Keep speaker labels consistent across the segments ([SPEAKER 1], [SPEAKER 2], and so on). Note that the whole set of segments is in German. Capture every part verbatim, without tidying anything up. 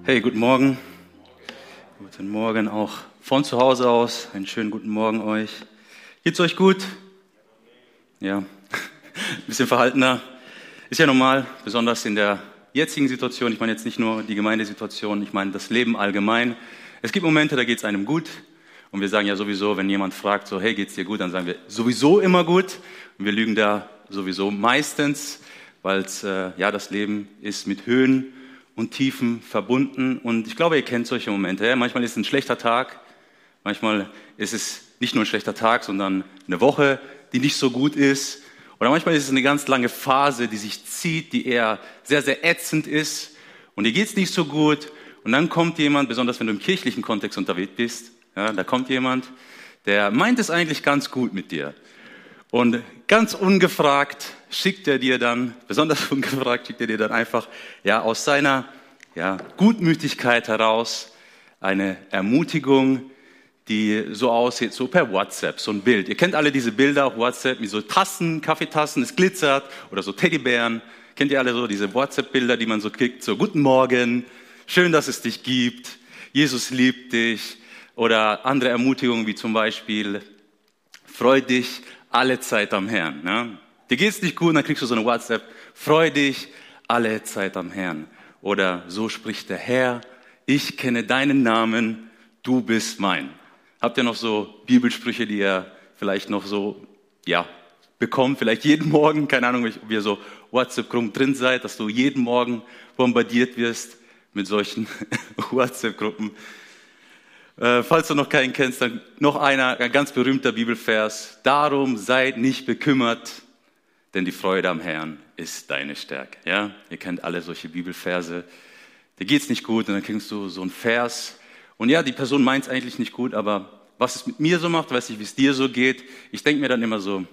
[SPEAKER 1] Hey, guten Morgen. Guten Morgen auch von zu Hause aus. Einen schönen guten Morgen euch. Geht's euch gut? Ja, ein bisschen verhaltener. Ist ja normal, besonders in der jetzigen Situation. Ich meine jetzt nicht nur die Gemeindesituation, ich meine das Leben allgemein. Es gibt Momente, da geht's einem gut. Und wir sagen ja sowieso, wenn jemand fragt, so, hey, geht's dir gut? Dann sagen wir sowieso immer gut. Und wir lügen da sowieso meistens, weil äh, ja, das Leben ist mit Höhen und Tiefen verbunden. Und ich glaube, ihr kennt solche Momente. Ja? Manchmal ist es ein schlechter Tag, manchmal ist es nicht nur ein schlechter Tag, sondern eine Woche, die nicht so gut ist. Oder manchmal ist es eine ganz lange Phase, die sich zieht, die eher sehr, sehr ätzend ist. Und dir geht's nicht so gut. Und dann kommt jemand, besonders wenn du im kirchlichen Kontext unterwegs bist, ja, da kommt jemand, der meint es eigentlich ganz gut mit dir. Und ganz ungefragt schickt er dir dann, besonders ungefragt schickt er dir dann einfach ja, aus seiner ja, Gutmütigkeit heraus eine Ermutigung, die so aussieht, so per WhatsApp, so ein Bild. Ihr kennt alle diese Bilder auf WhatsApp mit so Tassen, Kaffeetassen, es glitzert oder so Teddybären. Kennt ihr alle so diese WhatsApp-Bilder, die man so kriegt, so guten Morgen, schön, dass es dich gibt, Jesus liebt dich. Oder andere Ermutigungen wie zum Beispiel, freu dich alle Zeit am Herrn. Ne? Dir geht's nicht gut, dann kriegst du so eine WhatsApp, freu dich alle Zeit am Herrn. Oder so spricht der Herr, ich kenne deinen Namen, du bist mein. Habt ihr noch so Bibelsprüche, die ihr vielleicht noch so, ja, bekommt, vielleicht jeden Morgen, keine Ahnung, ob ihr so WhatsApp-Gruppen drin seid, dass du jeden Morgen bombardiert wirst mit solchen WhatsApp-Gruppen. Äh, falls du noch keinen kennst, dann noch einer, ein ganz berühmter Bibelvers. Darum seid nicht bekümmert, denn die Freude am Herrn ist deine Stärke. Ja, ihr kennt alle solche Bibelverse. Dir geht's nicht gut und dann kriegst du so einen Vers. Und ja, die Person meint es eigentlich nicht gut, aber was es mit mir so macht, weiß ich, wie es dir so geht. Ich denke mir dann immer so,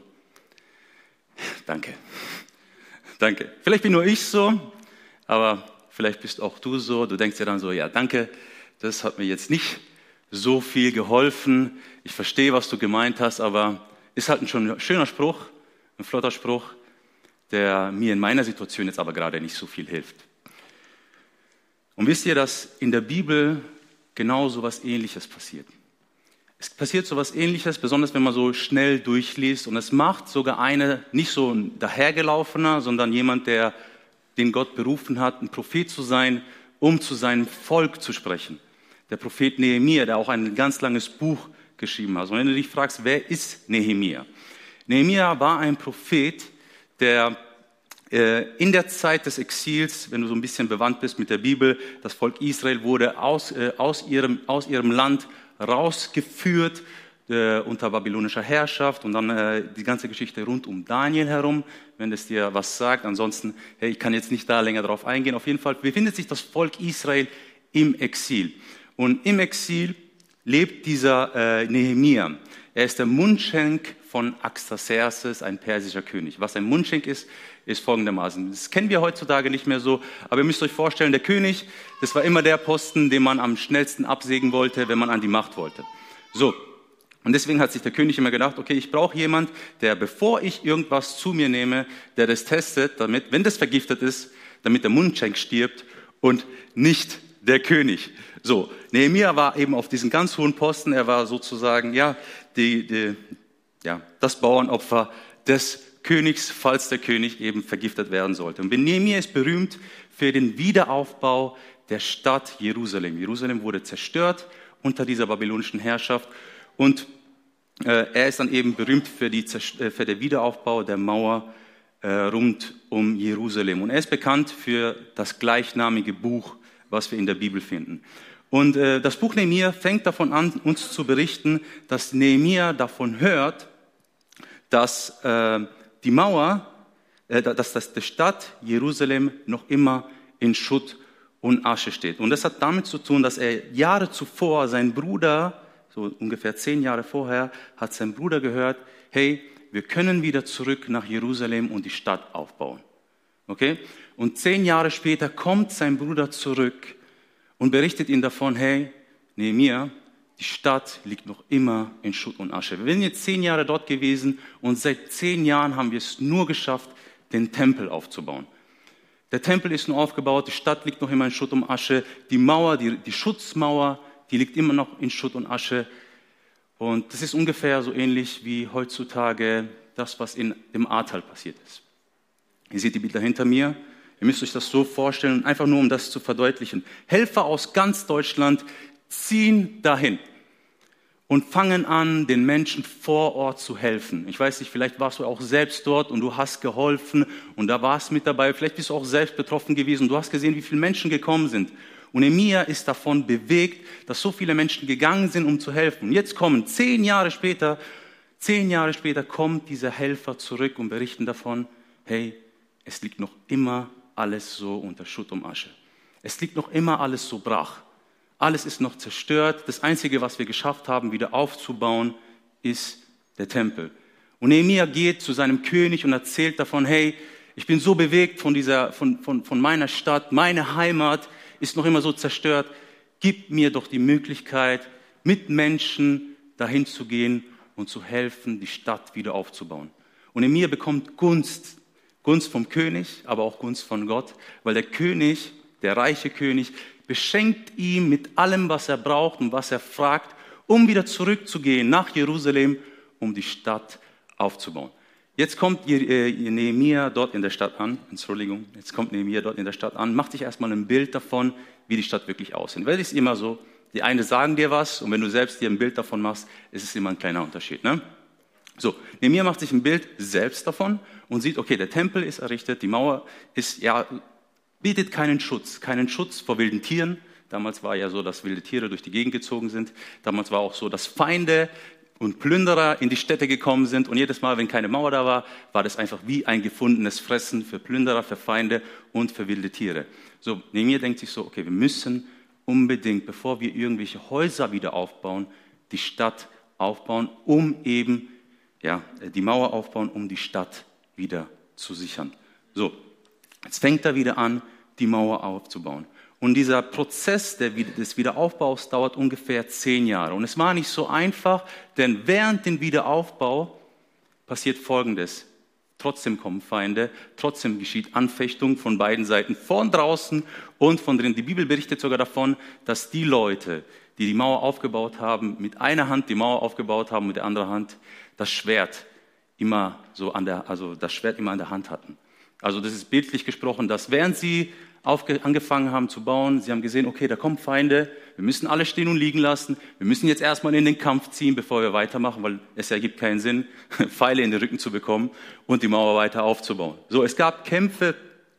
[SPEAKER 1] danke, danke. Vielleicht bin nur ich so, aber vielleicht bist auch du so. Du denkst dir dann so, ja, danke, das hat mir jetzt nicht so viel geholfen. Ich verstehe, was du gemeint hast, aber ist halt ein schon schöner Spruch, ein flotter Spruch, der mir in meiner Situation jetzt aber gerade nicht so viel hilft. Und wisst ihr, dass in der Bibel genau so was Ähnliches passiert? Es passiert so was Ähnliches, besonders wenn man so schnell durchliest. Und es macht sogar eine, nicht so ein dahergelaufener, sondern jemand, der den Gott berufen hat, ein Prophet zu sein, um zu seinem Volk zu sprechen. Der Prophet Nehemia, der auch ein ganz langes Buch geschrieben hat. Und wenn du dich fragst, wer ist Nehemia? Nehemia war ein Prophet, der äh, in der Zeit des Exils, wenn du so ein bisschen bewandt bist mit der Bibel, das Volk Israel wurde aus, äh, aus, ihrem, aus ihrem Land rausgeführt äh, unter babylonischer Herrschaft und dann äh, die ganze Geschichte rund um Daniel herum, wenn es dir was sagt. Ansonsten, hey, ich kann jetzt nicht da länger drauf eingehen. Auf jeden Fall befindet sich das Volk Israel im Exil. Und im Exil lebt dieser äh, Nehemia. Er ist der Mundschenk von Artaxerxes, ein persischer König. Was ein Mundschenk ist, ist folgendermaßen. Das kennen wir heutzutage nicht mehr so, aber ihr müsst euch vorstellen, der König, das war immer der Posten, den man am schnellsten absägen wollte, wenn man an die Macht wollte. So, und deswegen hat sich der König immer gedacht, okay, ich brauche jemand, der, bevor ich irgendwas zu mir nehme, der das testet, damit, wenn das vergiftet ist, damit der Mundschenk stirbt und nicht der König. So, Nehemia war eben auf diesem ganz hohen Posten, er war sozusagen, ja, die, die, ja, das Bauernopfer des Königs, falls der König eben vergiftet werden sollte. Und Nehemia ist berühmt für den Wiederaufbau der Stadt Jerusalem. Jerusalem wurde zerstört unter dieser babylonischen Herrschaft und äh, er ist dann eben berühmt für, die, für den Wiederaufbau der Mauer äh, rund um Jerusalem. Und er ist bekannt für das gleichnamige Buch, was wir in der Bibel finden. Und äh, das Buch Nehemia fängt davon an, uns zu berichten, dass Nehemia davon hört, dass äh, die Mauer, äh, dass, dass die Stadt Jerusalem noch immer in Schutt und Asche steht. Und das hat damit zu tun, dass er Jahre zuvor, sein Bruder, so ungefähr zehn Jahre vorher, hat sein Bruder gehört, hey, wir können wieder zurück nach Jerusalem und die Stadt aufbauen. Okay? Und zehn Jahre später kommt sein Bruder zurück und berichtet ihm davon, hey, Nehemia, die Stadt liegt noch immer in Schutt und Asche. Wir sind jetzt zehn Jahre dort gewesen und seit zehn Jahren haben wir es nur geschafft, den Tempel aufzubauen. Der Tempel ist nur aufgebaut, die Stadt liegt noch immer in Schutt und Asche, die Mauer, die, die Schutzmauer, die liegt immer noch in Schutt und Asche. Und das ist ungefähr so ähnlich wie heutzutage das, was in dem Ahrtal passiert ist. Ihr seht die Bilder hinter mir. Ihr müsst euch das so vorstellen, einfach nur um das zu verdeutlichen. Helfer aus ganz Deutschland ziehen dahin und fangen an, den Menschen vor Ort zu helfen. Ich weiß nicht, vielleicht warst du auch selbst dort und du hast geholfen und da warst mit dabei. Vielleicht bist du auch selbst betroffen gewesen und du hast gesehen, wie viele Menschen gekommen sind. Und Nehemia ist davon bewegt, dass so viele Menschen gegangen sind, um zu helfen. Und jetzt kommen zehn Jahre später, zehn Jahre später kommt dieser Helfer zurück und berichten davon, hey, es liegt noch immer alles so unter Schutt und Asche. Es liegt noch immer alles so brach. Alles ist noch zerstört. Das Einzige, was wir geschafft haben, wieder aufzubauen, ist der Tempel. Und Nehemia geht zu seinem König und erzählt davon, hey, ich bin so bewegt von, dieser, von, von, von meiner Stadt, meine Heimat ist noch immer so zerstört. Gib mir doch die Möglichkeit, mit Menschen dahin zu gehen und zu helfen, die Stadt wieder aufzubauen. Und Nehemia bekommt Gunst, Gunst vom König, aber auch Gunst von Gott, weil der König, der reiche König, beschenkt ihn mit allem, was er braucht und was er fragt, um wieder zurückzugehen nach Jerusalem, um die Stadt aufzubauen. Jetzt kommt Nehemia dort in der Stadt an, Entschuldigung, jetzt kommt Nehemia dort in der Stadt an, macht sich erstmal ein Bild davon, wie die Stadt wirklich aussieht. Weil es ist immer so, die einen sagen dir was und wenn du selbst dir ein Bild davon machst, ist es immer ein kleiner Unterschied, ne? So, Nehemia macht sich ein Bild selbst davon und sieht, okay, der Tempel ist errichtet, die Mauer ist, ja, bietet keinen Schutz, keinen Schutz vor wilden Tieren. Damals war ja so, dass wilde Tiere durch die Gegend gezogen sind. Damals war auch so, dass Feinde und Plünderer in die Städte gekommen sind. Und jedes Mal, wenn keine Mauer da war, war das einfach wie ein gefundenes Fressen für Plünderer, für Feinde und für wilde Tiere. So, Nehemia denkt sich so, okay, wir müssen unbedingt, bevor wir irgendwelche Häuser wieder aufbauen, die Stadt aufbauen, um eben ja, die Mauer aufbauen, um die Stadt wieder zu sichern. So, jetzt fängt er wieder an, die Mauer aufzubauen. Und dieser Prozess des Wiederaufbaus dauert ungefähr zehn Jahre. Und es war nicht so einfach, denn während dem Wiederaufbau passiert Folgendes. Trotzdem kommen Feinde, trotzdem geschieht Anfechtung von beiden Seiten, von draußen und von drinnen. Die Bibel berichtet sogar davon, dass die Leute, die die Mauer aufgebaut haben, mit einer Hand die Mauer aufgebaut haben, mit der anderen Hand das Schwert immer so an der, also das Schwert immer an der Hand hatten. Also das ist bildlich gesprochen, dass während sie aufge, angefangen haben zu bauen, sie haben gesehen, okay, da kommen Feinde, wir müssen alle stehen und liegen lassen, wir müssen jetzt erstmal in den Kampf ziehen, bevor wir weitermachen, weil es ergibt keinen Sinn, Pfeile in den Rücken zu bekommen und die Mauer weiter aufzubauen. So, es gab Kämpfe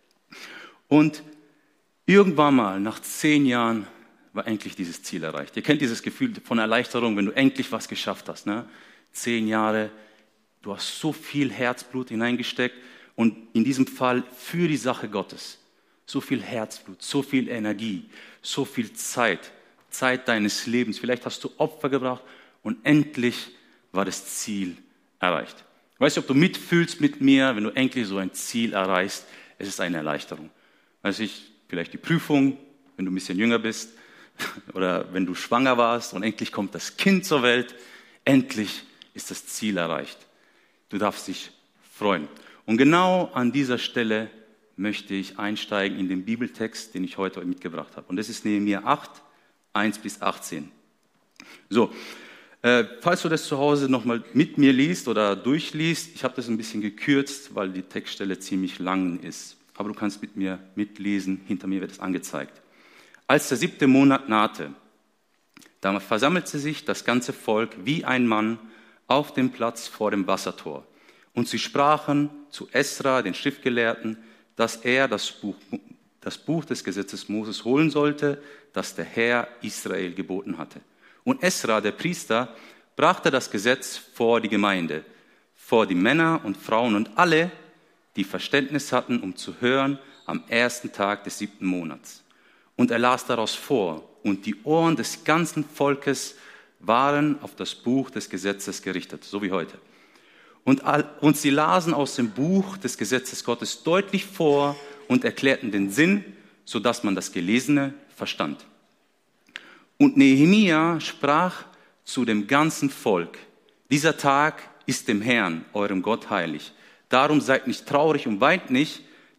[SPEAKER 1] und irgendwann mal, nach zehn Jahren, war endlich dieses Ziel erreicht. Ihr kennt dieses Gefühl von Erleichterung, wenn du endlich was geschafft hast, ne? Zehn Jahre, du hast so viel Herzblut hineingesteckt und in diesem Fall für die Sache Gottes. So viel Herzblut, so viel Energie, so viel Zeit, Zeit deines Lebens. Vielleicht hast du Opfer gebracht und endlich war das Ziel erreicht. Ich weiß nicht, ob du mitfühlst mit mir, wenn du endlich so ein Ziel erreichst. Es ist eine Erleichterung. Weiß ich, vielleicht die Prüfung, wenn du ein bisschen jünger bist oder wenn du schwanger warst und endlich kommt das Kind zur Welt. Endlich ist das Ziel erreicht. Du darfst dich freuen. Und genau an dieser Stelle möchte ich einsteigen in den Bibeltext, den ich heute mitgebracht habe. Und das ist Nehemia acht, eins bis achtzehn. So, äh, falls du das zu Hause nochmal mit mir liest oder durchliest, ich habe das ein bisschen gekürzt, weil die Textstelle ziemlich lang ist. Aber du kannst mit mir mitlesen, hinter mir wird es angezeigt. Als der siebte Monat nahte, da versammelte sich das ganze Volk wie ein Mann auf dem Platz vor dem Wassertor. Und sie sprachen zu Esra, den Schriftgelehrten, dass er das Buch, das Buch des Gesetzes Moses holen sollte, das der Herr Israel geboten hatte. Und Esra, der Priester, brachte das Gesetz vor die Gemeinde, vor die Männer und Frauen und alle, die Verständnis hatten, um zu hören, am ersten Tag des siebten Monats. Und er las daraus vor, und die Ohren des ganzen Volkes waren auf das Buch des Gesetzes gerichtet, so wie heute. Und, und sie lasen aus dem Buch des Gesetzes Gottes deutlich vor und erklärten den Sinn, sodass man das Gelesene verstand. Und Nehemia sprach zu dem ganzen Volk: Dieser Tag ist dem Herrn, eurem Gott, heilig. Darum seid nicht traurig und weint nicht,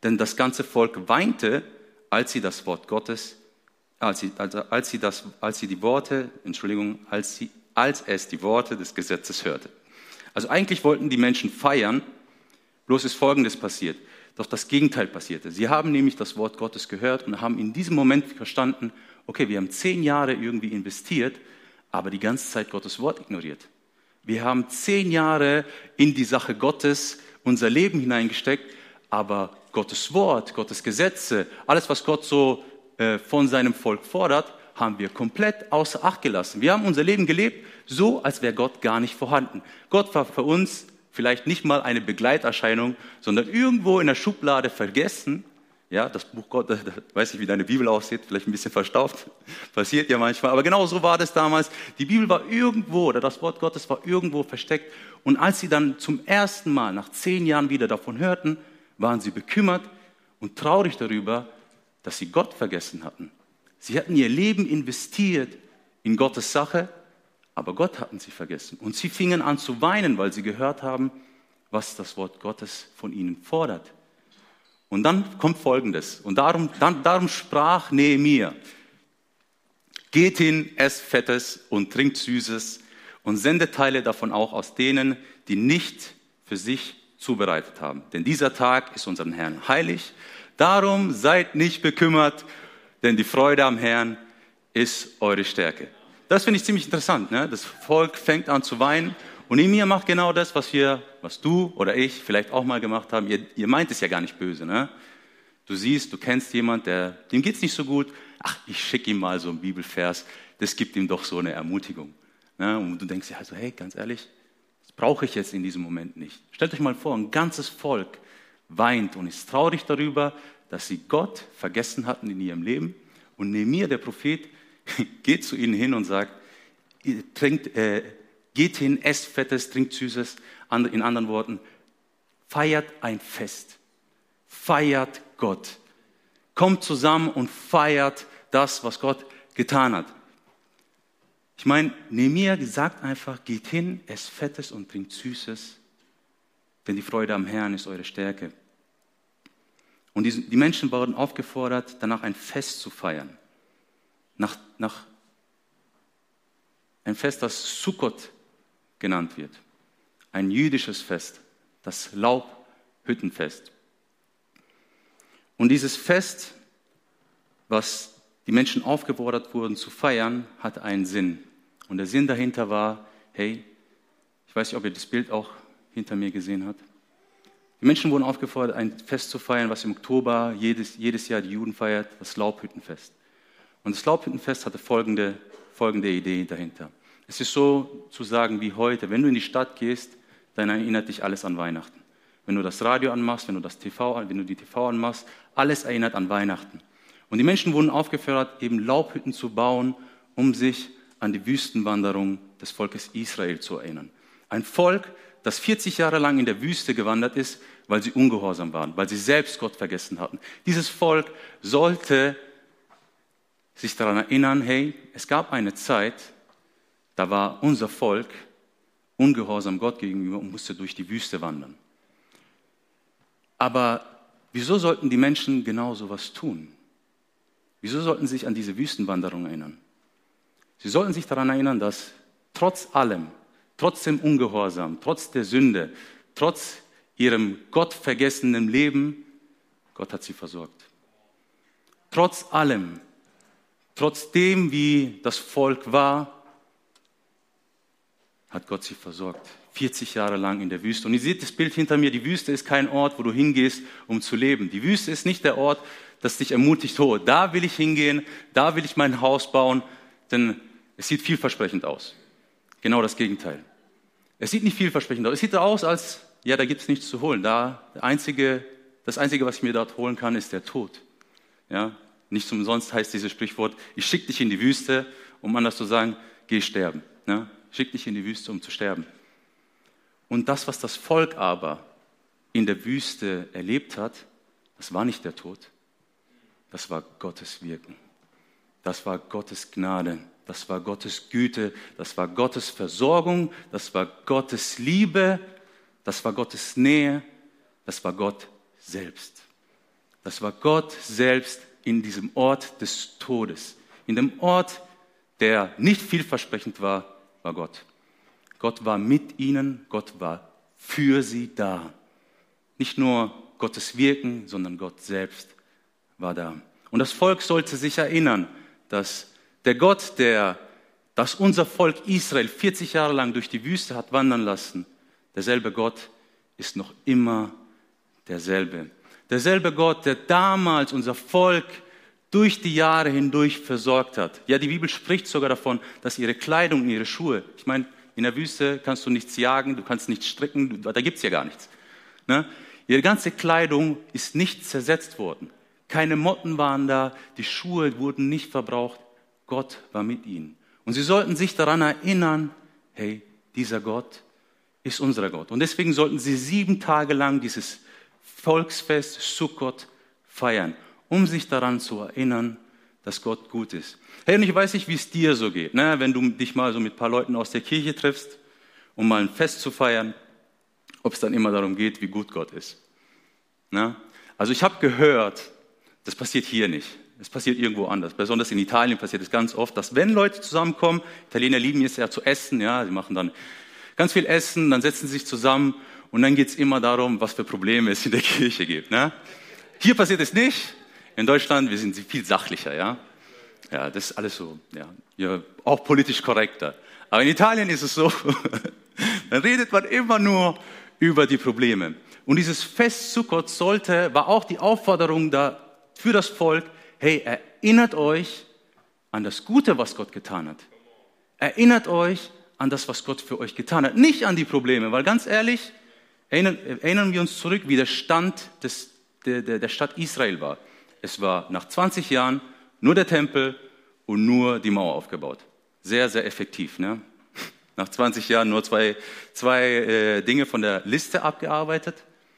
[SPEAKER 1] Denn das ganze Volk weinte, als sie das Wort Gottes, als sie, also als sie, das, als sie die Worte, Entschuldigung, als, sie, als es die Worte des Gesetzes hörte. Also eigentlich wollten die Menschen feiern, bloß ist Folgendes passiert. Doch das Gegenteil passierte. Sie haben nämlich das Wort Gottes gehört und haben in diesem Moment verstanden, okay, wir haben zehn Jahre irgendwie investiert, aber die ganze Zeit Gottes Wort ignoriert. Wir haben zehn Jahre in die Sache Gottes unser Leben hineingesteckt, aber Gottes Wort, Gottes Gesetze, alles, was Gott so äh, von seinem Volk fordert, haben wir komplett außer Acht gelassen. Wir haben unser Leben gelebt, so als wäre Gott gar nicht vorhanden. Gott war für uns vielleicht nicht mal eine Begleiterscheinung, sondern irgendwo in der Schublade vergessen. Ja, das Buch Gott, das, weiß nicht, wie deine Bibel aussieht, vielleicht ein bisschen verstaubt, passiert ja manchmal, aber genau so war das damals. Die Bibel war irgendwo, oder das Wort Gottes war irgendwo versteckt. Und als sie dann zum ersten Mal nach zehn Jahren wieder davon hörten, waren sie bekümmert und traurig darüber, dass sie Gott vergessen hatten. Sie hatten ihr Leben investiert in Gottes Sache, aber Gott hatten sie vergessen. Und sie fingen an zu weinen, weil sie gehört haben, was das Wort Gottes von ihnen fordert. Und dann kommt Folgendes. Und darum, dann, darum sprach Nehemia: Geht hin, esst Fettes und trinkt Süßes und sendet Teile davon auch aus denen, die nicht für sich zubereitet haben. Denn dieser Tag ist unseren Herrn heilig. Darum seid nicht bekümmert, denn die Freude am Herrn ist eure Stärke. Das finde ich ziemlich interessant. Ne? Das Volk fängt an zu weinen und Nehemia macht genau das, was wir, was du oder ich vielleicht auch mal gemacht haben. Ihr, ihr meint es ja gar nicht böse. Ne? Du siehst, du kennst jemanden, der, dem geht es nicht so gut. Ach, ich schicke ihm mal so einen Bibelvers. Das gibt ihm doch so eine Ermutigung. Ne? Und du denkst ja also, hey, ganz ehrlich, das brauche ich jetzt in diesem Moment nicht. Stellt euch mal vor, ein ganzes Volk weint und ist traurig darüber, dass sie Gott vergessen hatten in ihrem Leben. Und Nehemia, der Prophet, geht zu ihnen hin und sagt, ihr trinkt, äh, geht hin, esst Fettes, trinkt Süßes. In anderen Worten, feiert ein Fest. Feiert Gott. Kommt zusammen und feiert das, was Gott getan hat. Ich meine, Nehemia sagt einfach, geht hin, esst Fettes und trinkt Süßes, denn die Freude am Herrn ist eure Stärke. Und die, die Menschen wurden aufgefordert, danach ein Fest zu feiern. Nach, nach ein Fest, das Sukkot genannt wird. Ein jüdisches Fest, das Laubhüttenfest. Und dieses Fest, was die Menschen aufgefordert wurden zu feiern, hat einen Sinn. Und der Sinn dahinter war, hey, ich weiß nicht, ob ihr das Bild auch hinter mir gesehen habt. Die Menschen wurden aufgefordert, ein Fest zu feiern, was im Oktober jedes, jedes Jahr die Juden feiert, das Laubhüttenfest. Und das Laubhüttenfest hatte folgende, folgende Idee dahinter. Es ist so zu sagen wie heute, wenn du in die Stadt gehst, dann erinnert dich alles an Weihnachten. Wenn du das Radio anmachst, wenn du das T V, wenn du die T V anmachst, alles erinnert an Weihnachten. Und die Menschen wurden aufgefordert, eben Laubhütten zu bauen, um sich an die Wüstenwanderung des Volkes Israel zu erinnern. Ein Volk, das vierzig Jahre lang in der Wüste gewandert ist, weil sie ungehorsam waren, weil sie selbst Gott vergessen hatten. Dieses Volk sollte sich daran erinnern, hey, es gab eine Zeit, da war unser Volk ungehorsam Gott gegenüber und musste durch die Wüste wandern. Aber wieso sollten die Menschen genau so was tun? Wieso sollten sie sich an diese Wüstenwanderung erinnern? Sie sollten sich daran erinnern, dass trotz allem, trotz dem Ungehorsam, trotz der Sünde, trotz ihrem gottvergessenen Leben, Gott hat sie versorgt. Trotz allem, trotzdem wie das Volk war, hat Gott sie versorgt. vierzig Jahre lang in der Wüste. Und ihr seht das Bild hinter mir, die Wüste ist kein Ort, wo du hingehst, um zu leben. Die Wüste ist nicht der Ort, das dich ermutigt, oh, da will ich hingehen, da will ich mein Haus bauen, denn es sieht vielversprechend aus. Genau das Gegenteil. Es sieht nicht vielversprechend aus. Es sieht aus, als, ja, da gibt es nichts zu holen. Da, der einzige, das Einzige, was ich mir dort holen kann, ist der Tod. Ja, nicht umsonst heißt dieses Sprichwort, ich schicke dich in die Wüste, um anders zu sagen, geh sterben. Ja, schick dich in die Wüste, um zu sterben. Und das, was das Volk aber in der Wüste erlebt hat, das war nicht der Tod, das war Gottes Wirken. Das war Gottes Gnade, das war Gottes Güte, das war Gottes Versorgung, das war Gottes Liebe, das war Gottes Nähe, das war Gott selbst. Das war Gott selbst in diesem Ort des Todes. In dem Ort, der nicht vielversprechend war, war Gott. Gott war mit ihnen, Gott war für sie da. Nicht nur Gottes Wirken, sondern Gott selbst war da. Und das Volk sollte sich erinnern, dass der Gott, der das unser Volk Israel vierzig Jahre lang durch die Wüste hat wandern lassen, derselbe Gott ist noch immer derselbe. Derselbe Gott, der damals unser Volk durch die Jahre hindurch versorgt hat. Ja, die Bibel spricht sogar davon, dass ihre Kleidung und ihre Schuhe, ich meine, in der Wüste kannst du nichts jagen, du kannst nichts stricken, da gibt es ja gar nichts. Ne? Ihre ganze Kleidung ist nicht zersetzt worden. Keine Motten waren da, die Schuhe wurden nicht verbraucht. Gott war mit ihnen. Und sie sollten sich daran erinnern, hey, dieser Gott ist unser Gott. Und deswegen sollten sie sieben Tage lang dieses Volksfest Sukkot feiern, um sich daran zu erinnern, dass Gott gut ist. Hey, und ich weiß nicht, wie es dir so geht, ne? Wenn du dich mal so mit ein paar Leuten aus der Kirche triffst, um mal ein Fest zu feiern, ob es dann immer darum geht, wie gut Gott ist. Ne? Also ich habe gehört, das passiert hier nicht. Das passiert irgendwo anders. Besonders in Italien passiert es ganz oft, dass wenn Leute zusammenkommen, Italiener lieben es ja zu essen, ja, sie machen dann ganz viel Essen, dann setzen sie sich zusammen und dann geht es immer darum, was für Probleme es in der Kirche gibt. Ne? Hier passiert es nicht. In Deutschland, wir sind viel sachlicher, ja. Ja, das ist alles so, ja, ja, auch politisch korrekter. Aber in Italien ist es so, dann redet man immer nur über die Probleme. Und dieses Fest Sukkot sollte, war auch die Aufforderung da für das Volk, hey, erinnert euch an das Gute, was Gott getan hat. Erinnert euch an das, was Gott für euch getan hat. Nicht an die Probleme, weil ganz ehrlich, erinnern, erinnern wir uns zurück, wie der Stand des, der, der, der Stadt Israel war. Es war nach zwanzig Jahren nur der Tempel und nur die Mauer aufgebaut. Sehr, sehr effektiv. Ne? Nach zwanzig Jahren nur zwei, zwei äh, Dinge von der Liste abgearbeitet.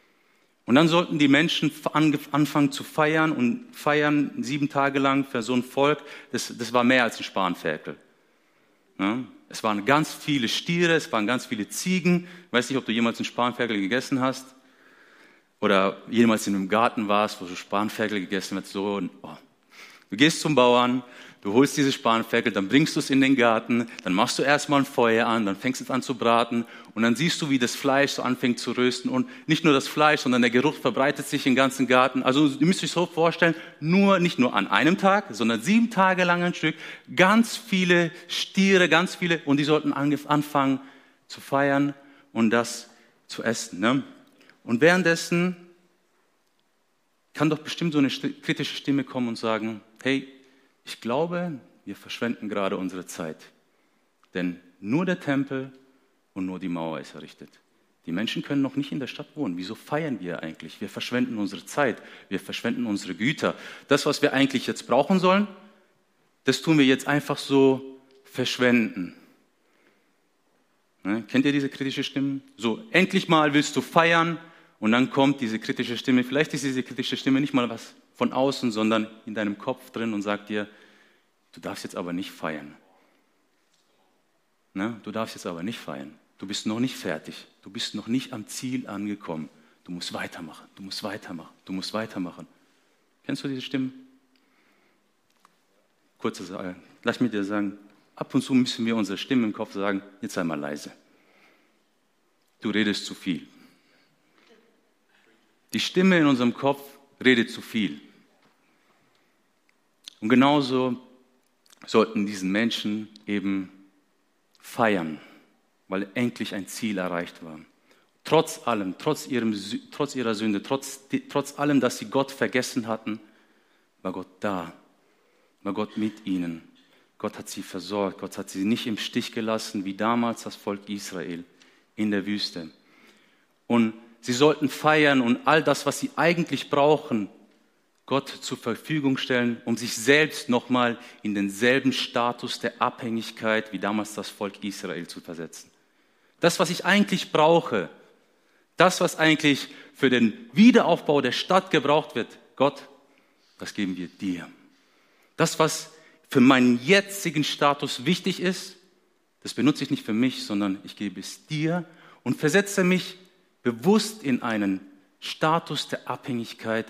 [SPEAKER 1] Und dann sollten die Menschen anfangen zu feiern und feiern sieben Tage lang für so ein Volk. Das, das war mehr als ein Spanferkel. Ne? Es waren ganz viele Stiere, es waren ganz viele Ziegen. Ich weiß nicht, ob du jemals einen Spanferkel gegessen hast oder jemals in einem Garten warst, wo du Spanferkel gegessen hast. So, oh. Du gehst zum Bauern, du holst diese Spanferkel, dann bringst du es in den Garten, dann machst du erstmal ein Feuer an, dann fängst du es an zu braten und dann siehst du, wie das Fleisch so anfängt zu rösten und nicht nur das Fleisch, sondern der Geruch verbreitet sich im ganzen Garten. Also ihr müsst euch so vorstellen, nur, nicht nur an einem Tag, sondern sieben Tage lang ein Stück, ganz viele Stiere, ganz viele und die sollten anfangen zu feiern und das zu essen. Ne? Und währenddessen kann doch bestimmt so eine kritische Stimme kommen und sagen, hey, ich glaube, wir verschwenden gerade unsere Zeit. Denn nur der Tempel und nur die Mauer ist errichtet. Die Menschen können noch nicht in der Stadt wohnen. Wieso feiern wir eigentlich? Wir verschwenden unsere Zeit, wir verschwenden unsere Güter. Das, was wir eigentlich jetzt brauchen sollen, das tun wir jetzt einfach so verschwenden. Ne? Kennt ihr diese kritische Stimme? So, endlich mal willst du feiern und dann kommt diese kritische Stimme. Vielleicht ist diese kritische Stimme nicht mal was von außen, sondern in deinem Kopf drin und sagt dir, du darfst jetzt aber nicht feiern. Ne? Du darfst jetzt aber nicht feiern. Du bist noch nicht fertig. Du bist noch nicht am Ziel angekommen. Du musst weitermachen, du musst weitermachen, du musst weitermachen. Kennst du diese Stimmen? Kurze Sache, lass mich dir sagen, ab und zu müssen wir unsere Stimme im Kopf sagen, jetzt sei mal leise. Du redest zu viel. Die Stimme in unserem Kopf redet zu viel. Und genauso sollten diese Menschen eben feiern, weil endlich ein Ziel erreicht war. Trotz allem, trotz, ihrem, trotz ihrer Sünde, trotz, trotz allem, dass sie Gott vergessen hatten, war Gott da, war Gott mit ihnen. Gott hat sie versorgt, Gott hat sie nicht im Stich gelassen, wie damals das Volk Israel in der Wüste. Und sie sollten feiern und all das, was sie eigentlich brauchen, Gott zur Verfügung stellen, um sich selbst nochmal in denselben Status der Abhängigkeit wie damals das Volk Israel zu versetzen. Das, was ich eigentlich brauche, das, was eigentlich für den Wiederaufbau der Stadt gebraucht wird, Gott, das geben wir dir. Das, was für meinen jetzigen Status wichtig ist, das benutze ich nicht für mich, sondern ich gebe es dir und versetze mich bewusst in einen Status der Abhängigkeit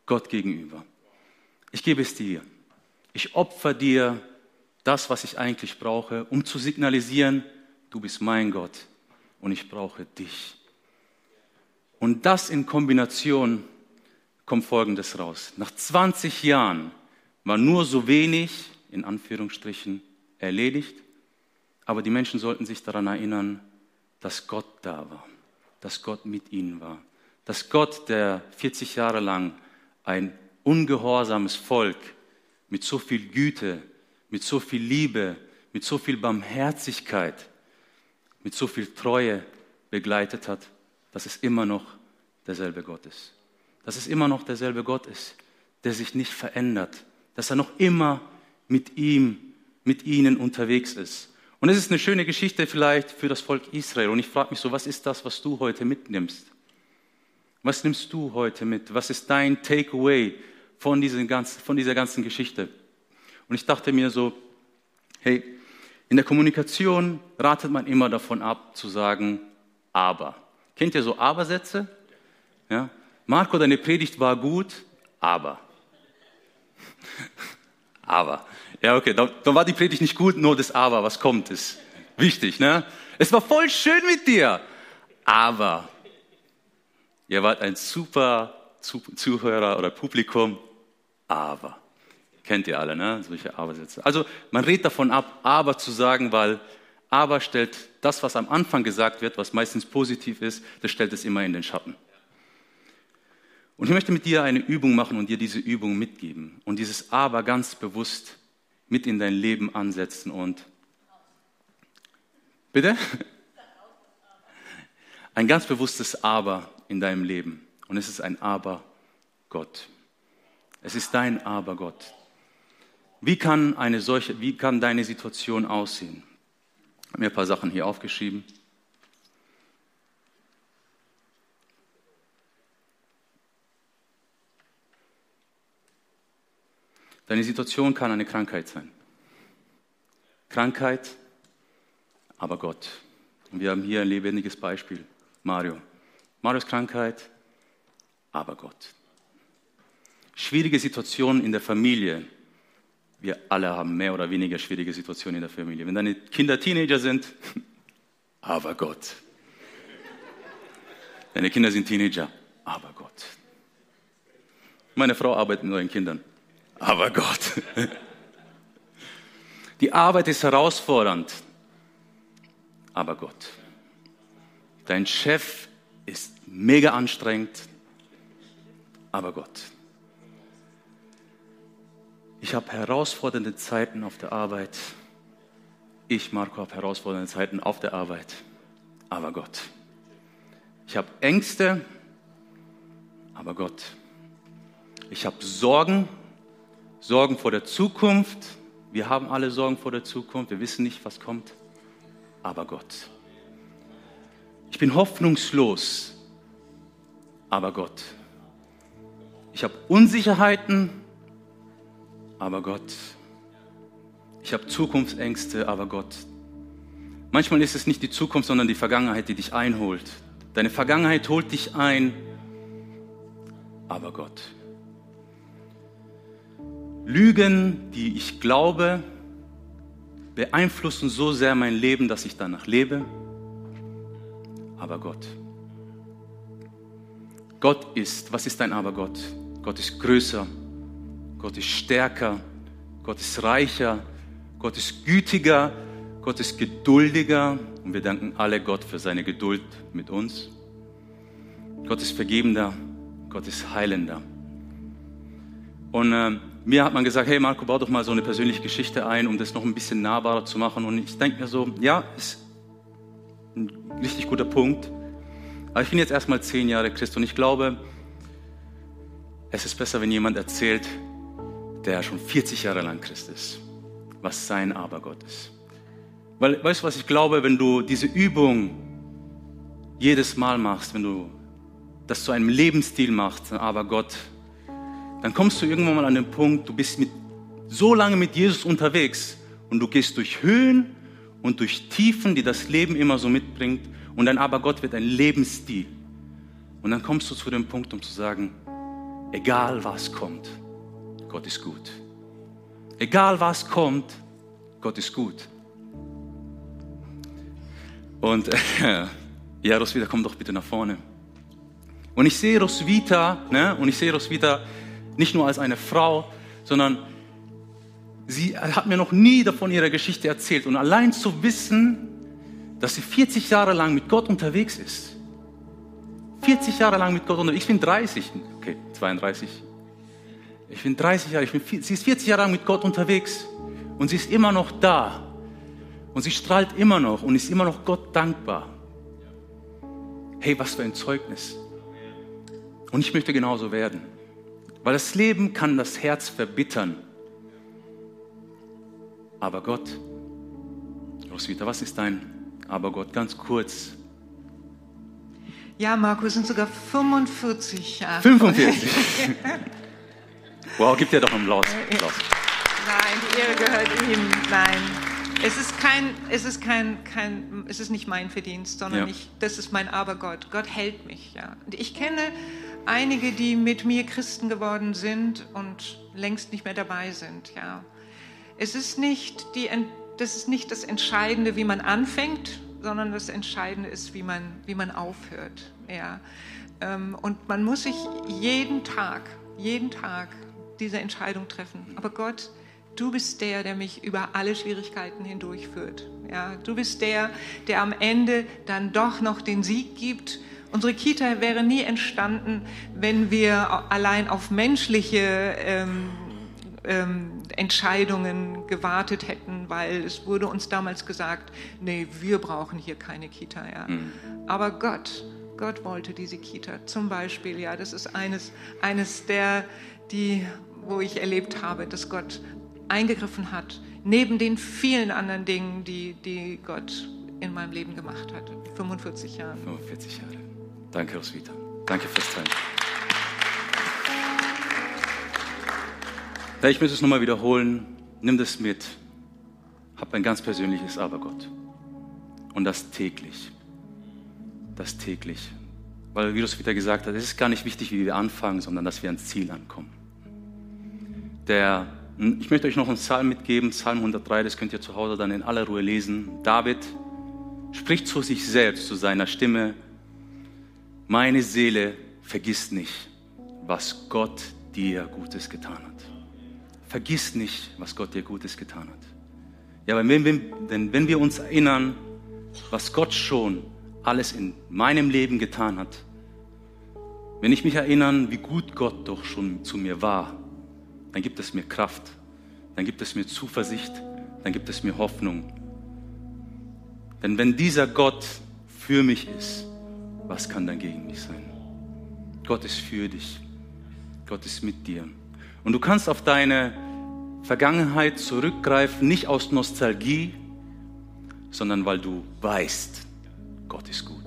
[SPEAKER 1] Gott gegenüber. Ich gebe es dir. Ich opfer dir das, was ich eigentlich brauche, um zu signalisieren, du bist mein Gott und ich brauche dich. Und das in Kombination kommt Folgendes raus. Nach zwanzig Jahren war nur so wenig, in Anführungsstrichen, erledigt, aber die Menschen sollten sich daran erinnern, dass Gott da war, dass Gott mit ihnen war, dass Gott, der vierzig Jahre lang ein ungehorsames Volk mit so viel Güte, mit so viel Liebe, mit so viel Barmherzigkeit, mit so viel Treue begleitet hat, dass es immer noch derselbe Gott ist. Dass es immer noch derselbe Gott ist, der sich nicht verändert, dass er noch immer mit ihm, mit ihnen unterwegs ist. Und es ist eine schöne Geschichte vielleicht für das Volk Israel. Und ich frage mich so, was ist das, was du heute mitnimmst? Was nimmst du heute mit? Was ist dein Takeaway von, diesen ganzen, von dieser ganzen Geschichte? Und ich dachte mir so, hey, in der Kommunikation ratet man immer davon ab, zu sagen, aber. Kennt ihr so Aber-Sätze? Ja? Marco, deine Predigt war gut, aber. Aber. Ja, okay, dann, dann war die Predigt nicht gut, nur das Aber, was kommt, ist wichtig, ne? Es war voll schön mit dir, aber ihr wart ein super Zuhörer oder Publikum, aber. Kennt ihr alle, ne? Solche Aber-Sätze. Also man redet davon ab, aber zu sagen, weil aber stellt das, was am Anfang gesagt wird, was meistens positiv ist, das stellt es immer in den Schatten. Und ich möchte mit dir eine Übung machen und dir diese Übung mitgeben und dieses Aber ganz bewusst mit in dein Leben ansetzen und bitte? Ein ganz bewusstes Aber in deinem Leben. Und es ist ein Aber Gott. Es ist dein Aber Gott. Wie kann eine solche, wie kann deine Situation aussehen? Ich habe mir ein paar Sachen hier aufgeschrieben. Deine Situation kann eine Krankheit sein. Krankheit, aber Gott. Und wir haben hier ein lebendiges Beispiel. Mario. Marios Krankheit, aber Gott. Schwierige Situationen in der Familie. Wir alle haben mehr oder weniger schwierige Situationen in der Familie. Wenn deine Kinder Teenager sind, aber Gott. Deine Kinder sind Teenager, aber Gott. Meine Frau arbeitet mit euren Kindern. Aber Gott. Die Arbeit ist herausfordernd. Aber Gott. Dein Chef ist mega anstrengend. Aber Gott. Ich habe herausfordernde Zeiten auf der Arbeit. Ich, Marco, habe herausfordernde Zeiten auf der Arbeit. Aber Gott. Ich habe Ängste. Aber Gott. Ich habe Sorgen. Sorgen vor der Zukunft. Wir haben alle Sorgen vor der Zukunft. Wir wissen nicht, was kommt. Aber Gott. Ich bin hoffnungslos. Aber Gott. Ich habe Unsicherheiten. Aber Gott. Ich habe Zukunftsängste. Aber Gott. Manchmal ist es nicht die Zukunft, sondern die Vergangenheit, die dich einholt. Deine Vergangenheit holt dich ein. Aber Gott. Lügen, die ich glaube, beeinflussen so sehr mein Leben, dass ich danach lebe. Aber Gott. Gott ist, was ist dein Aber Gott? Gott ist größer, Gott ist stärker, Gott ist reicher, Gott ist gütiger, Gott ist geduldiger. Und wir danken alle Gott für seine Geduld mit uns. Gott ist vergebender, Gott ist heilender. Und äh, mir hat man gesagt, hey Marco, bau doch mal so eine persönliche Geschichte ein, um das noch ein bisschen nahbarer zu machen. Und ich denke mir so, ja, ist ein richtig guter Punkt. Aber ich bin jetzt erst mal zehn Jahre Christ und ich glaube, es ist besser, wenn jemand erzählt, der schon vierzig Jahre lang Christ ist, was sein Abergott ist. Weil, weißt du, was ich glaube, wenn du diese Übung jedes Mal machst, wenn du das zu einem Lebensstil machst, aber Gott, dann kommst du irgendwann mal an den Punkt, du bist mit, so lange mit Jesus unterwegs und du gehst durch Höhen und durch Tiefen, die das Leben immer so mitbringt, und dein Aber Gott wird ein Lebensstil. Und dann kommst du zu dem Punkt, um zu sagen, egal was kommt, Gott ist gut. Egal was kommt, Gott ist gut. Und äh, ja, Roswitha, komm doch bitte nach vorne. Und ich sehe Roswitha, ne, und ich sehe Roswitha nicht nur als eine Frau, sondern sie hat mir noch nie davon ihrer Geschichte erzählt. Und allein zu wissen, dass sie vierzig Jahre lang mit Gott unterwegs ist. vierzig Jahre lang mit Gott unterwegs. Ich bin dreißig, okay, zweiunddreißig. Ich bin dreißig Jahre, ich bin, sie ist vierzig Jahre lang mit Gott unterwegs. Und sie ist immer noch da. Und sie strahlt immer noch und ist immer noch Gott dankbar. Hey, was für ein Zeugnis. Und ich möchte genauso werden. Weil das Leben kann das Herz verbittern. Aber Gott, Roswitha, was ist dein Aber Gott? Ganz kurz.
[SPEAKER 2] Ja, Marco, es sind sogar fünfundvierzig Jahre.
[SPEAKER 1] fünfundvierzig. Wow, gib dir doch einen Applaus.
[SPEAKER 2] Nein, die Ehre gehört ihm. Nein. Es ist kein, es ist kein, kein, es ist nicht mein Verdienst, sondern ja. ich, das ist mein Abergott. Gott hält mich, ja. Und ich kenne einige, die mit mir Christen geworden sind und längst nicht mehr dabei sind, ja. Es ist nicht die, das ist nicht das Entscheidende, wie man anfängt, sondern das Entscheidende ist, wie man, wie man aufhört, ja. Und man muss sich jeden Tag, jeden Tag diese Entscheidung treffen. Aber Gott, du bist der, der mich über alle Schwierigkeiten hindurchführt. Ja, du bist der, der am Ende dann doch noch den Sieg gibt. Unsere Kita wäre nie entstanden, wenn wir allein auf menschliche ähm, ähm, Entscheidungen gewartet hätten, weil es wurde uns damals gesagt, nee, wir brauchen hier keine Kita. Ja. Mhm. Aber Gott, Gott wollte diese Kita. Zum Beispiel, ja, das ist eines, eines der, die, wo ich erlebt habe, dass Gott eingegriffen hat, neben den vielen anderen Dingen, die, die Gott in meinem Leben gemacht hat. fünfundvierzig Jahre.
[SPEAKER 1] fünfundvierzig Jahre. Danke, Roswitha. Danke fürs Teilen. Ja, ich möchte es nochmal wiederholen. Nimm das mit. Hab ein ganz persönliches Abergott. Und das täglich. Das täglich. Weil, wie Roswitha gesagt hat, es ist gar nicht wichtig, wie wir anfangen, sondern dass wir ans Ziel ankommen. Der Ich möchte euch noch einen Psalm mitgeben, Psalm hundertdrei, das könnt ihr zu Hause dann in aller Ruhe lesen. David spricht zu sich selbst, zu seiner Stimme: Meine Seele, vergiss nicht, was Gott dir Gutes getan hat. Vergiss nicht, was Gott dir Gutes getan hat. Ja, aber wenn wir, denn wenn wir uns erinnern, was Gott schon alles in meinem Leben getan hat, wenn ich mich erinnere, wie gut Gott doch schon zu mir war, dann gibt es mir Kraft, dann gibt es mir Zuversicht, dann gibt es mir Hoffnung. Denn wenn dieser Gott für mich ist, was kann dann gegen mich sein? Gott ist für dich, Gott ist mit dir. Und du kannst auf deine Vergangenheit zurückgreifen, nicht aus Nostalgie, sondern weil du weißt, Gott ist gut.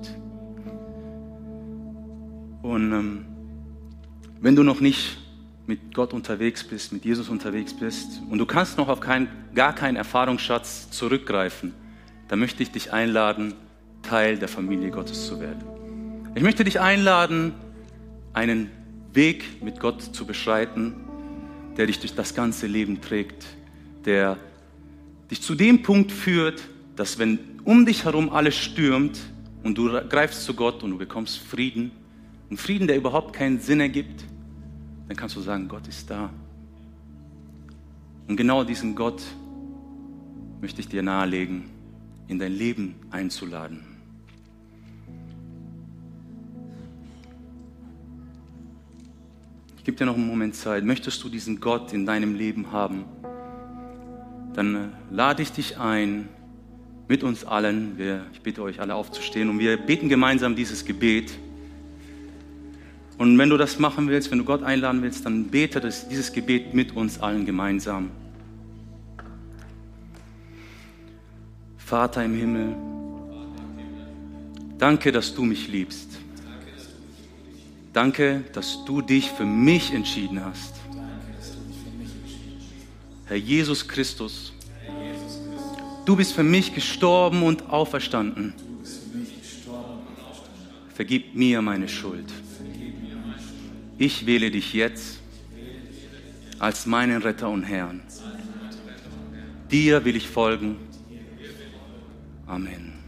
[SPEAKER 1] Und ähm, wenn du noch nicht mit Gott unterwegs bist, mit Jesus unterwegs bist und du kannst noch auf kein, gar keinen Erfahrungsschatz zurückgreifen, dann möchte ich dich einladen, Teil der Familie Gottes zu werden. Ich möchte dich einladen, einen Weg mit Gott zu beschreiten, der dich durch das ganze Leben trägt, der dich zu dem Punkt führt, dass wenn um dich herum alles stürmt und du greifst zu Gott und du bekommst Frieden, einen Frieden, der überhaupt keinen Sinn ergibt, dann kannst du sagen, Gott ist da. Und genau diesen Gott möchte ich dir nahelegen, in dein Leben einzuladen. Ich gebe dir noch einen Moment Zeit. Möchtest du diesen Gott in deinem Leben haben? Dann lade ich dich ein, mit uns allen, wir, ich bitte euch alle aufzustehen und wir beten gemeinsam dieses Gebet. Und wenn du das machen willst, wenn du Gott einladen willst, dann bete das, dieses Gebet mit uns allen gemeinsam. Vater im Himmel, danke, dass du mich liebst. Danke, dass du dich für mich entschieden hast. Herr Jesus Christus, du bist für mich gestorben und auferstanden. Vergib mir meine Schuld. Ich wähle dich jetzt als meinen Retter und Herrn. Dir will ich folgen. Amen.